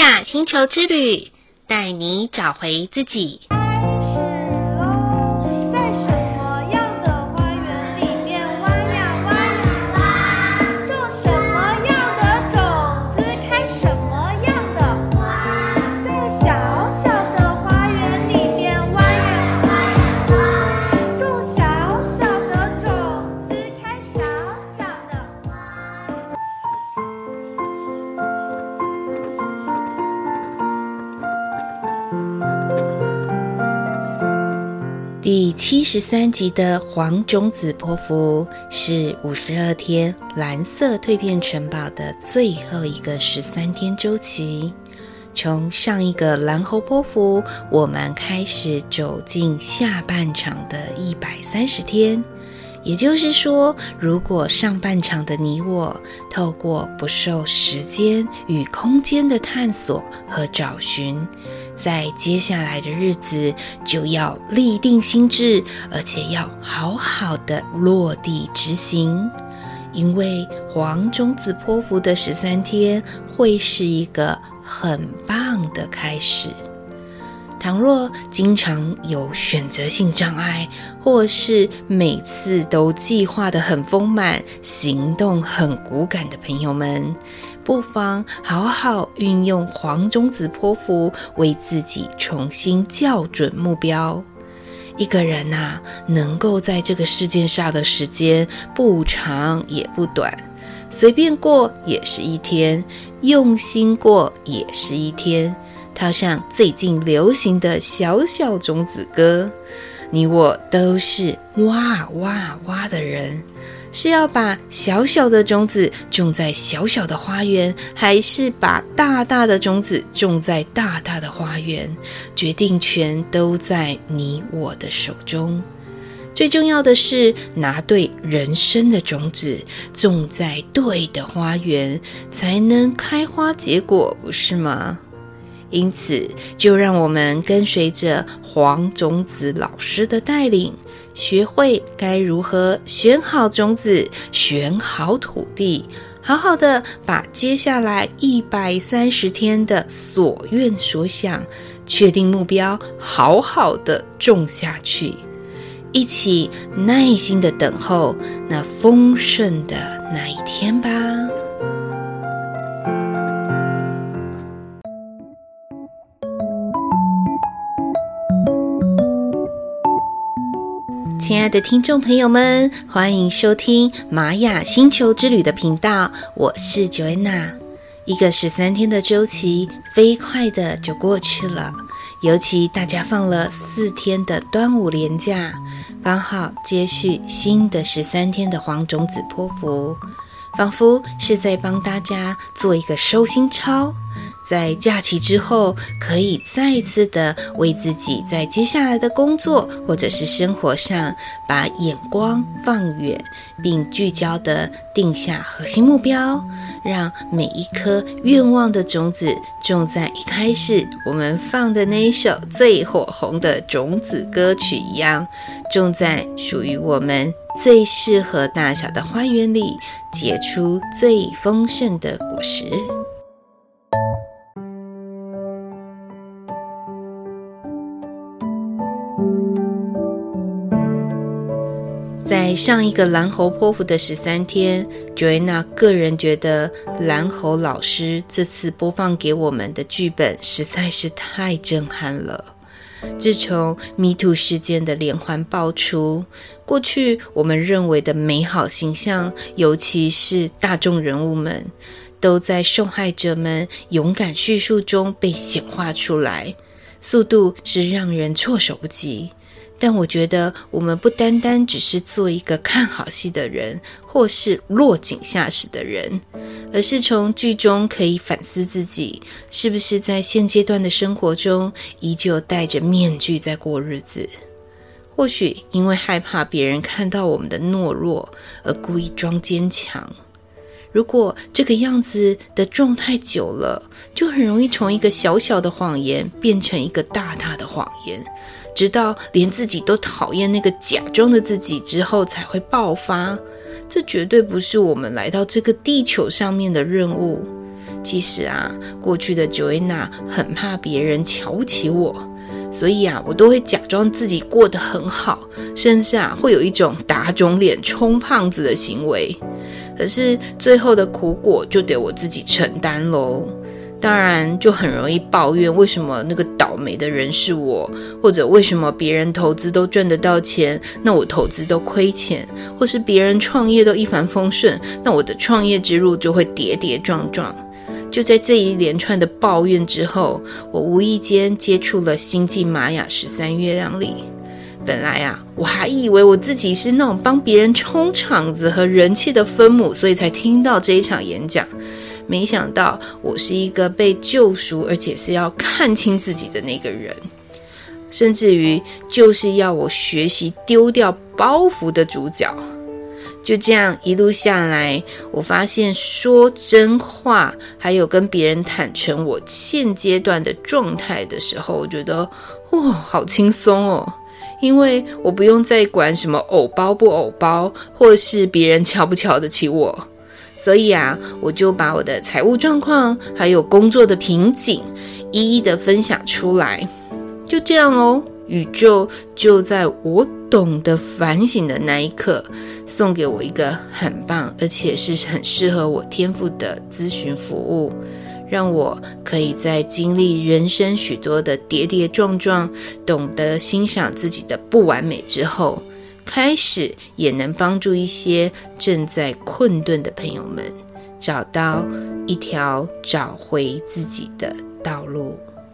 雅星球之旅，带你找回自己。 在什么样的花园里面挖呀挖呀挖，种什么样的种子，开什么样的花，在小小的花园里面挖呀挖呀挖，种小小的种子，开小小的花。 第73集的黄种子泼妇是52天蓝色蜕变城堡的最后一个13天周期。从上一个蓝猴泼妇，我们开始走进下半场的130天。也就是说，如果上半场的你我透过不受时间与空间的探索和找寻，在接下来的日子就要立定心志，而且要好好的落地执行。因为黄种子泼妇的13天会是一个很棒的开始。倘若经常有选择性障碍，或是每次都计划得很丰满，行动很骨感的朋友们，不妨好好运用黄种子泼妇，为自己重新校准目标。一个人能够在这个世界上的时间不长也不短，随便过也是一天，用心过也是一天。套上最近流行的小小种子歌，你我都是挖挖挖的人，是要把小小的种子种在小小的花园，还是把大大的种子种在大大的花园，决定权都在你我的手中。最重要的是拿对人生的种子，种在对的花园，才能开花结果，不是吗？因此，就让我们跟随着黄种子老师的带领，学会该如何选好种子，选好土地，好好的把接下来130天的所愿所想，确定目标，好好的种下去，一起耐心的等候那丰盛的那一天吧。亲爱的听众朋友们，欢迎收听玛雅星球之旅的频道，我是 Joanna。一个13天的周期飞快的就过去了，尤其大家放了4天的端午连假，刚好接续新的13天的黄种子泼妇，仿佛是在帮大家做一个收心操，在假期之后可以再一次的为自己在接下来的工作或者是生活上把眼光放远，并聚焦的定下核心目标，让每一颗愿望的种子种在一开始我们放的那一首最火红的种子歌曲一样，种在属于我们最适合大小的花园里，结出最丰盛的果实。在上一个蓝猴泼妇的13天 Joanna 个人觉得蓝猴老师这次播放给我们的剧本实在是太震撼了。自从 MeToo 事件的连环爆出，过去我们认为的美好形象，尤其是大众人物们，都在受害者们勇敢叙述中被显化出来，速度是让人措手不及。但我觉得我们不单单只是做一个看好戏的人，或是落井下石的人，而是从剧中可以反思自己，是不是在现阶段的生活中依旧戴着面具在过日子。或许因为害怕别人看到我们的懦弱而故意装坚强，如果这个样子的状态久了，就很容易从一个小小的谎言变成一个大大的谎言，直到连自己都讨厌那个假装的自己之后才会爆发。这绝对不是我们来到这个地球上面的任务。 其实啊，过去的 Joanna 很怕别人瞧不起我，所以啊，我都会假装自己过得很好，甚至啊，会有一种打肿脸充胖子的行为。可是最后的苦果就得我自己承担咯。当然就很容易抱怨为什么那个倒霉的人是我，或者为什么别人投资都赚得到钱，那我投资都亏钱，或是别人创业都一帆风顺，那我的创业之路就会跌跌撞撞。就在这一连串的抱怨之后，我无意间接触了星际玛雅13月亮历。本来啊，我还以为我自己是那种帮别人冲场子和人气的分母，所以才听到这一场演讲。没想到我是一个被救赎，而且是要看清自己的那个人，甚至于就是要我学习丢掉包袱的主角。就这样一路下来，我发现说真话，还有跟别人坦诚我现阶段的状态的时候，我觉得好轻松哦。因为我不用再管什么偶包不偶包，或是别人瞧不瞧得起我。所以啊，我就把我的财务状况还有工作的瓶颈一一的分享出来。就这样哦，宇宙就在我懂得反省的那一刻，送给我一个很棒而且是很适合我天赋的咨询服务，让我可以在经历人生许多的跌跌撞撞，懂得欣赏自己的不完美之后，开始也能帮助一些正在困顿的朋友们找到一条找回自己的道路。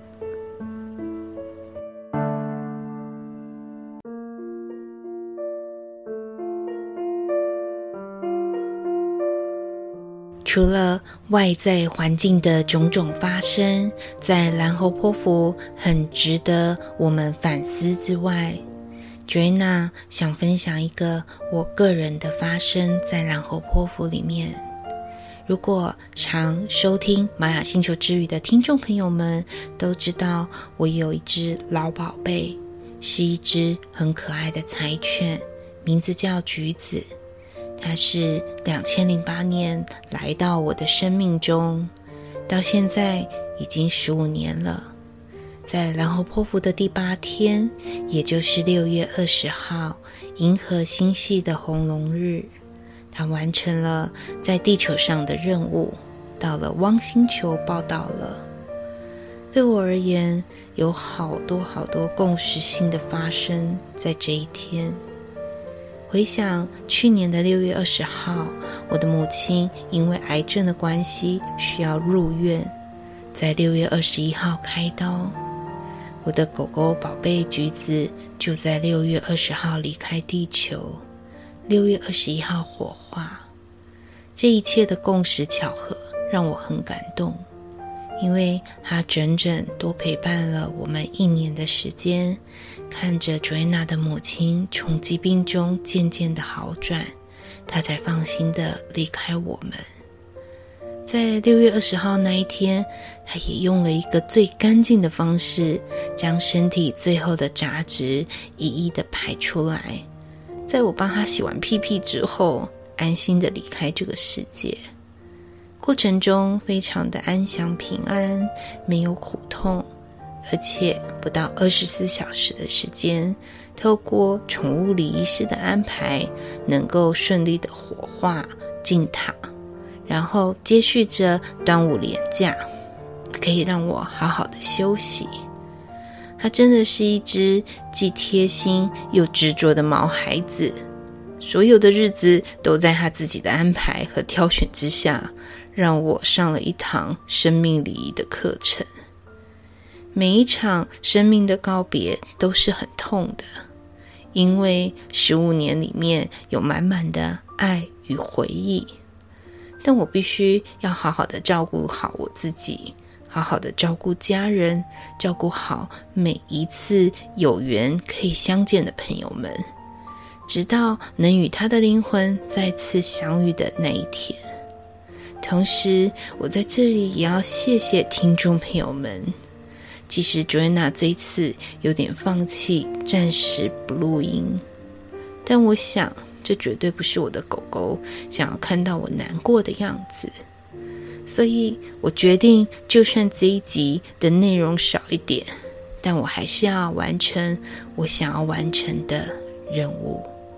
除了外在环境的种种发生，在蓝猴波符很值得我们反思之外，Joanna 想分享一个我个人的发生在蓝猴波符里面。如果常收听玛雅星球之语的听众朋友们都知道，我有一只老宝贝，是一只很可爱的柴犬，名字叫橘子。它是2008年来到我的生命中，到现在已经15年了。在蓝猴波符的第8天，也就是6月20号，银河星系的红龙日，他完成了在地球上的任务，到了汪星球报道了。对我而言，有好多共识性的发生在这一天。回想去年的6月20号，我的母亲因为癌症的关系需要入院，在6月21号开刀。我的狗狗宝贝橘子就在6月20号离开地球，6月21号火化。这一切的共识巧合让我很感动，因为它整整多陪伴了我们1年的时间，看着 Joanna 的母亲从疾病中渐渐的好转，她才放心的离开我们。在6月20号那一天，他也用了一个最干净的方式，将身体最后的杂质一一的排出来。在我帮他洗完屁屁之后，安心的离开这个世界。过程中非常的安详平安，没有苦痛，而且不到24小时的时间，透过宠物礼仪师的安排，能够顺利的火化进塔，然后接续着端午连假，可以让我好好的休息。它真的是一只既贴心又执着的毛孩子，所有的日子都在他自己的安排和挑选之下，让我上了一堂生命礼仪的课程。每一场生命的告别都是很痛的，因为15年里面有满满的爱与回忆，但我必须要好好的照顾好我自己，好好的照顾家人，照顾好每一次有缘可以相见的朋友们，直到能与他的灵魂再次相遇的那一天。同时，我在这里也要谢谢听众朋友们。即使 Joanna 这一次有点放弃，暂时不录音，但我想这绝对不是我的狗狗想要看到我难过的样子。 所以我决定，就算这一集的内容少一点，但我还是要完成我想要完成的任务。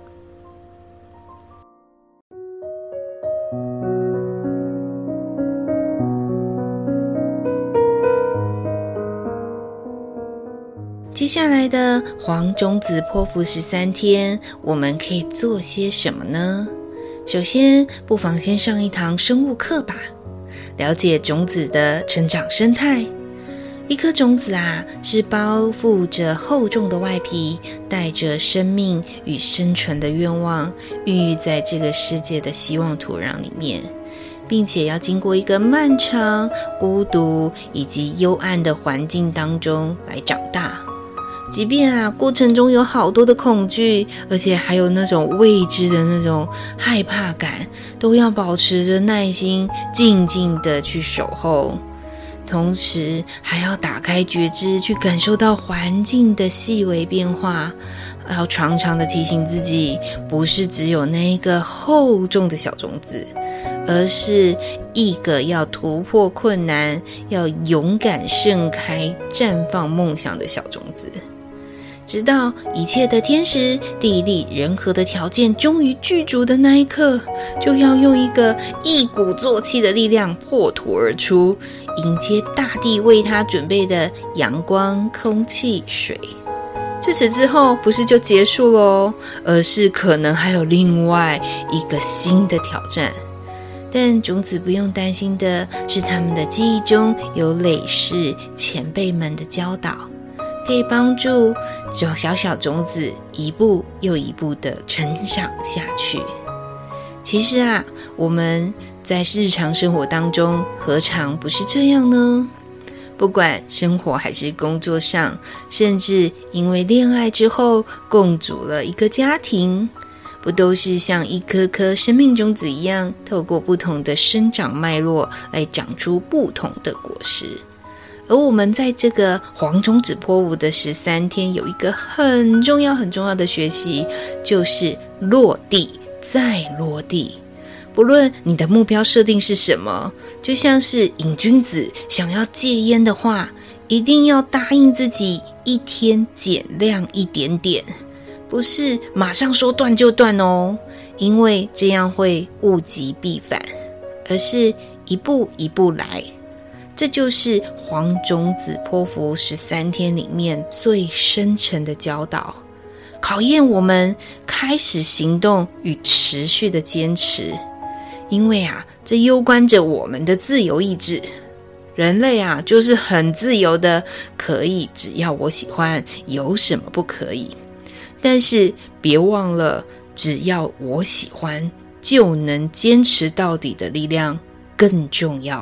接下来的黄种子泼妇13天，我们可以做些什么呢？首先，不妨先上一堂生物课吧，了解种子的成长生态。一颗种子是包覆着厚重的外皮，带着生命与生存的愿望，孕育在这个世界的希望土壤里面，并且要经过一个漫长、孤独以及幽暗的环境当中来长大。即便过程中有好多的恐惧，而且还有那种未知的那种害怕感，都要保持着耐心，静静的去守候，同时还要打开觉知，去感受到环境的细微变化，要常常的提醒自己，不是只有那一个厚重的小种子，而是一个要突破困难，要勇敢盛开绽放梦想的小种子。直到一切的天时地利人和的条件终于具足的那一刻，就要用一个一鼓作气的力量破土而出，迎接大地为它准备的阳光、空气、水。自此之后不是就结束咯，而是可能还有另外一个新的挑战。但种子不用担心的是，他们的记忆中有累世前辈们的教导，可以帮助这种小小种子一步又一步的成长下去。其实我们在日常生活当中何尝不是这样呢？不管生活还是工作上，甚至因为恋爱之后共组了一个家庭，不都是像一颗颗生命种子一样，透过不同的生长脉络来长出不同的果实。而我们在这个黄种子泼妇的13天，有一个很重要的学习，就是落地再落地。不论你的目标设定是什么，就像是瘾君子想要戒烟的话，一定要答应自己一天减量一点点，不是马上说断就断哦，因为这样会物极必反，而是一步一步来。这就是黄种子泼妇13天里面最深沉的教导，考验我们开始行动与持续的坚持。因为这攸关着我们的自由意志。人类就是很自由的，可以只要我喜欢，有什么不可以？但是别忘了，只要我喜欢，就能坚持到底的力量更重要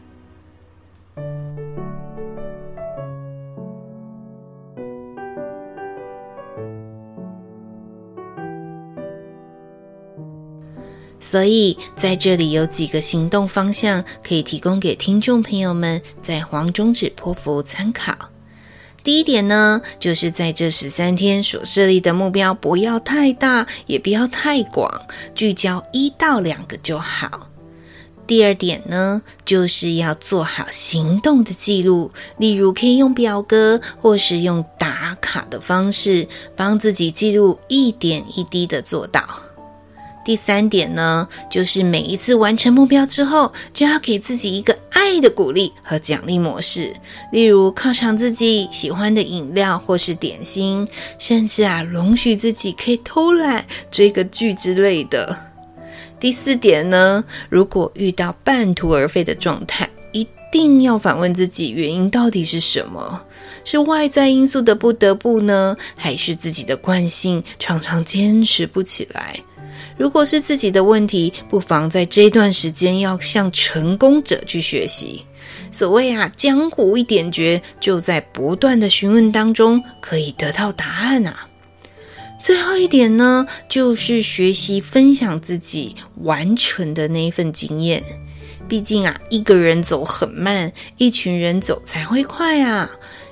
所以在这里有几个行动方向可以提供给听众朋友们在黄种子泼妇参考。第一点呢，就是在这13天所设立的目标不要太大，也不要太广，聚焦1到2个就好。第二点呢，就是要做好行动的记录，例如可以用表格或是用打卡的方式，帮自己记录一点一滴的做到。第3点呢，就是每一次完成目标之后，就要给自己一个爱的鼓励和奖励模式，例如犒赏自己喜欢的饮料或是点心，甚至容许自己可以偷懒追个剧之类的。第4点呢，如果遇到半途而废的状态，一定要反问自己原因到底是什么？是外在因素的不得不呢，还是自己的惯性常常坚持不起来？如果是自己的问题，不妨在这段时间要向成功者去学习。所谓江湖一点诀，就在不断的询问当中可以得到答案最后一点呢，就是学习分享自己完成的那一份经验。毕竟一个人走很慢，一群人走才会快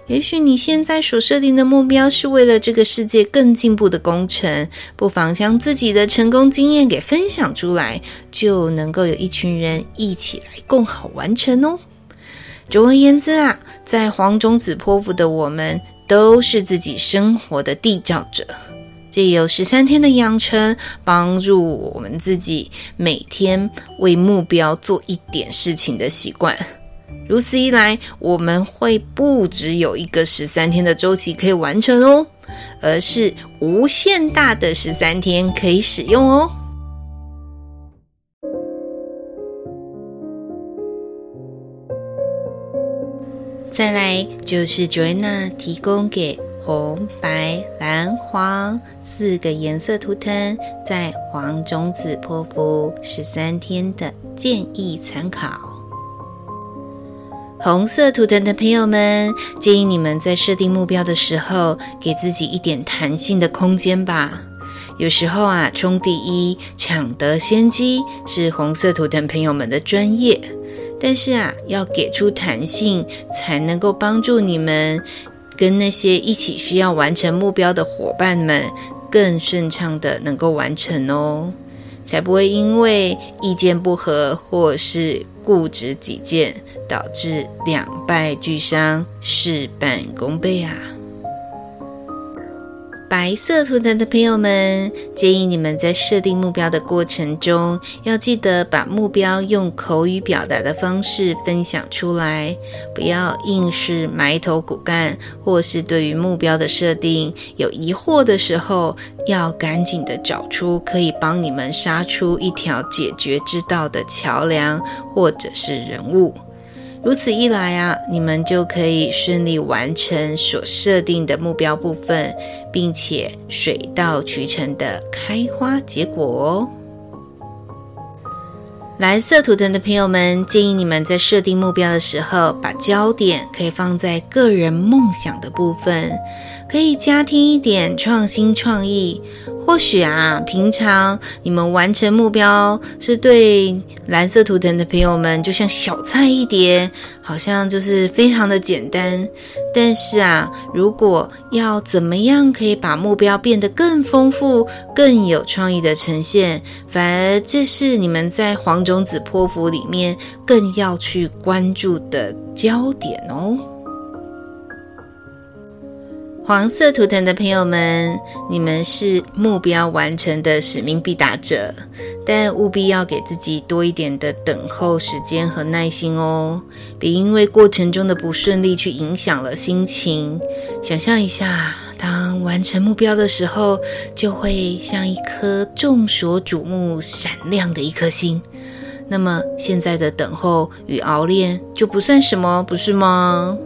也许你现在所设定的目标是为了这个世界更进步的工程，不妨将自己的成功经验给分享出来，就能够有一群人一起来共好完成哦。总而言之啊，在黄种子波符的我们都是自己生活的缔造者，藉由13天的养成，帮助我们自己每天为目标做一点事情的习惯。如此一来，我们会不只有一个13天的周期可以完成哦，而是无限大的13天可以使用哦。再来就是 Joanna 提供给红、白、蓝、黄4个颜色图腾在黄种子波符13天的建议参考。红色图腾的朋友们，建议你们在设定目标的时候，给自己一点弹性的空间吧。有时候啊，冲第一、抢得先机是红色图腾朋友们的专业，但是啊，要给出弹性，才能够帮助你们跟那些一起需要完成目标的伙伴们更顺畅的能够完成哦，才不会因为意见不合或是固执己见，导致两败俱伤，事半功倍啊。白色图腾的朋友们，建议你们在设定目标的过程中，要记得把目标用口语表达的方式分享出来，不要硬是埋头苦干，或是对于目标的设定有疑惑的时候，要赶紧的找出可以帮你们杀出一条解决之道的桥梁或者是人物。如此一来啊，你们就可以顺利完成所设定的目标部分，并且水到渠成的开花结果哦。蓝色图腾的朋友们，建议你们在设定目标的时候，把焦点可以放在个人梦想的部分，可以加添一点创新创意。或许啊，平常你们完成目标是对蓝色图腾的朋友们就像小菜一碟，好像就是非常的简单。但是啊，如果要怎么样可以把目标变得更丰富、更有创意的呈现，反而这是你们在黄种子波符里面更要去关注的焦点哦。黄色图腾的朋友们，你们是目标完成的使命必达者，但务必要给自己多一点的等候时间和耐心哦，别因为过程中的不顺利去影响了心情。想象一下，当完成目标的时候，就会像一颗众所瞩目、闪亮的一颗星。那么现在的等候与熬练就不算什么，不是吗？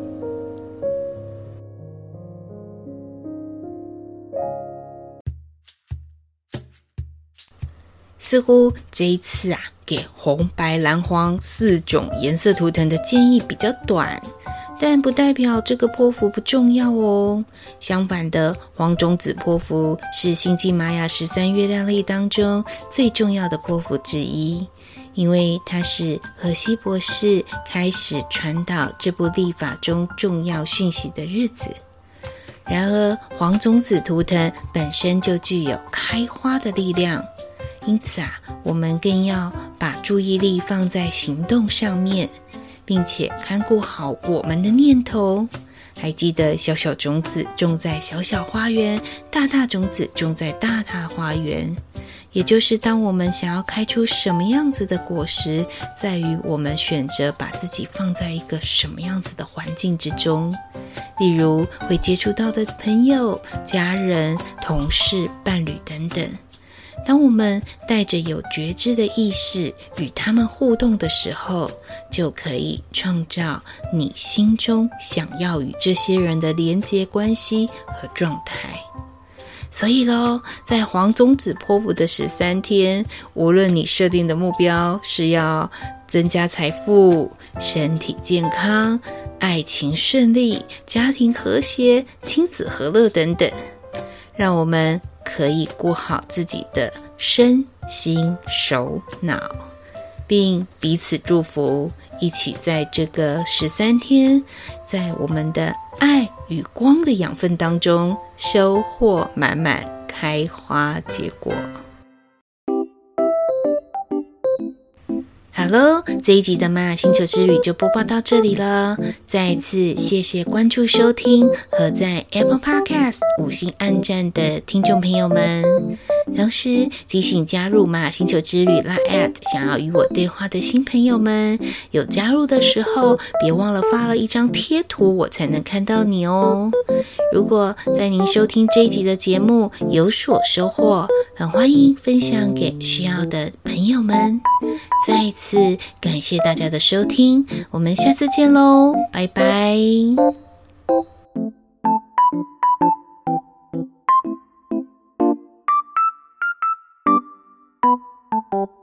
似乎这一次啊，给红、白、蓝、黄4种颜色图腾的建议比较短，但不代表这个波符不重要哦。相反的，黄种子波符是星际玛雅13月亮历当中最重要的波符之一，因为它是荷西博士开始传导这部历法中重要讯息的日子。然而，黄种子图腾本身就具有开花的力量，因此啊，我们更要把注意力放在行动上面，并且看顾好我们的念头。还记得小小种子种在小小花园，大大种子种在大大花园。也就是当我们想要开出什么样子的果实，在于我们选择把自己放在一个什么样子的环境之中。例如会接触到的朋友、家人、同事、伴侣等等。当我们带着有觉知的意识与他们互动的时候，就可以创造你心中想要与这些人的连结关系和状态。所以咯，在黄种子波符的13天，无论你设定的目标是要增加财富、身体健康、爱情顺利、家庭和谐、亲子和乐等等，让我们可以顾好自己的身心手脑，并彼此祝福，一起在这个13天，在我们的爱与光的养分当中，收获满满，开花结果。好咯，这一集的玛雅星球之旅就播报到这里了。再一次谢谢关注收听和在 Apple Podcast 5星按赞的听众朋友们，同时提醒加入玛雅星球之旅 LINE@ 想要与我对话的新朋友们，有加入的时候别忘了发了一张贴图，我才能看到你哦。如果在您收听这一集的节目有所收获，很欢迎分享给需要的朋友们。再一次感谢大家的收听，我们下次见喽，拜拜。 Thank you.